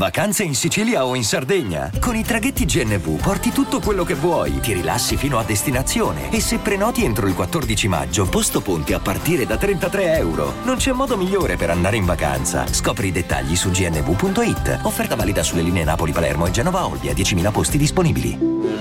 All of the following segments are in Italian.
Vacanze in Sicilia o in Sardegna? Con i traghetti GNV porti tutto quello che vuoi, ti rilassi fino a destinazione e se prenoti entro il 14 maggio, posto ponti a partire da €33. Non c'è modo migliore per andare in vacanza. Scopri i dettagli su gnv.it. Offerta valida sulle linee Napoli-Palermo e Genova-Olbia, 10.000 posti disponibili.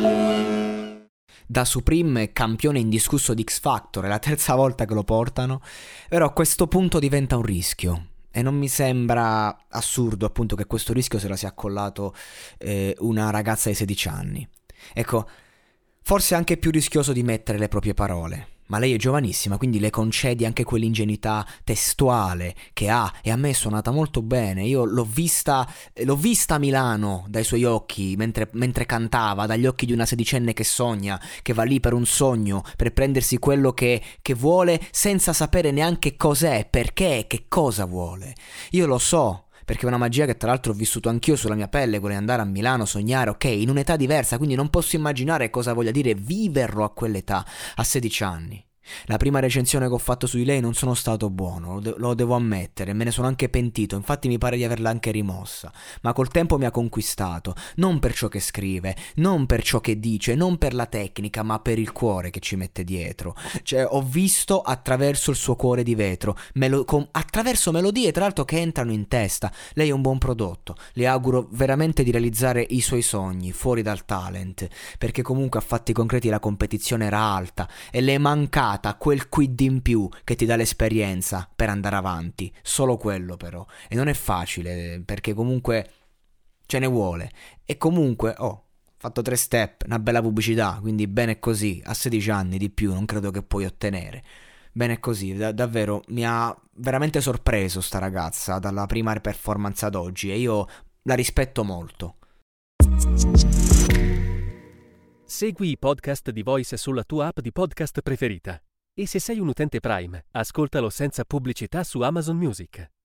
Da Supreme campione indiscusso di X Factor, è la terza volta che lo portano, però a questo punto diventa un rischio. E non mi sembra assurdo appunto che questo rischio se la sia accollato una ragazza di 16 anni. Ecco, forse è anche più rischioso di mettere le proprie parole, ma lei è giovanissima, quindi le concedi anche quell'ingenuità testuale che ha, e a me è suonata molto bene. Io l'ho vista a Milano dai suoi occhi mentre cantava, dagli occhi di una sedicenne che sogna, che va lì per un sogno, per prendersi quello che vuole senza sapere neanche cos'è, perché, che cosa vuole. Io lo so, perché è una magia che tra l'altro ho vissuto anch'io sulla mia pelle, quella di andare a Milano, sognare, ok, in un'età diversa, quindi non posso immaginare cosa voglia dire viverlo a quell'età, a 16 anni. La prima recensione che ho fatto su di lei non sono stato buono, lo devo ammettere, me ne sono anche pentito, infatti mi pare di averla anche rimossa, ma col tempo mi ha conquistato, non per ciò che scrive, non per ciò che dice, non per la tecnica, ma per il cuore che ci mette dietro. Cioè, ho visto attraverso il suo cuore di vetro, attraverso melodie tra l'altro che entrano in testa. Lei è un buon prodotto, le auguro veramente di realizzare i suoi sogni fuori dal talent, perché comunque a fatti concreti la competizione era alta e le è mancata quel quid in più che ti dà l'esperienza per andare avanti, solo quello però, e non è facile perché comunque ce ne vuole. E comunque fatto 3 step, una bella pubblicità, quindi bene così. A 16 anni di più non credo che puoi ottenere. Bene così, davvero mi ha veramente sorpreso sta ragazza dalla prima performance ad oggi, e io la rispetto molto. Segui i podcast di Voice sulla tua app di podcast preferita. E se sei un utente Prime, ascoltalo senza pubblicità su Amazon Music.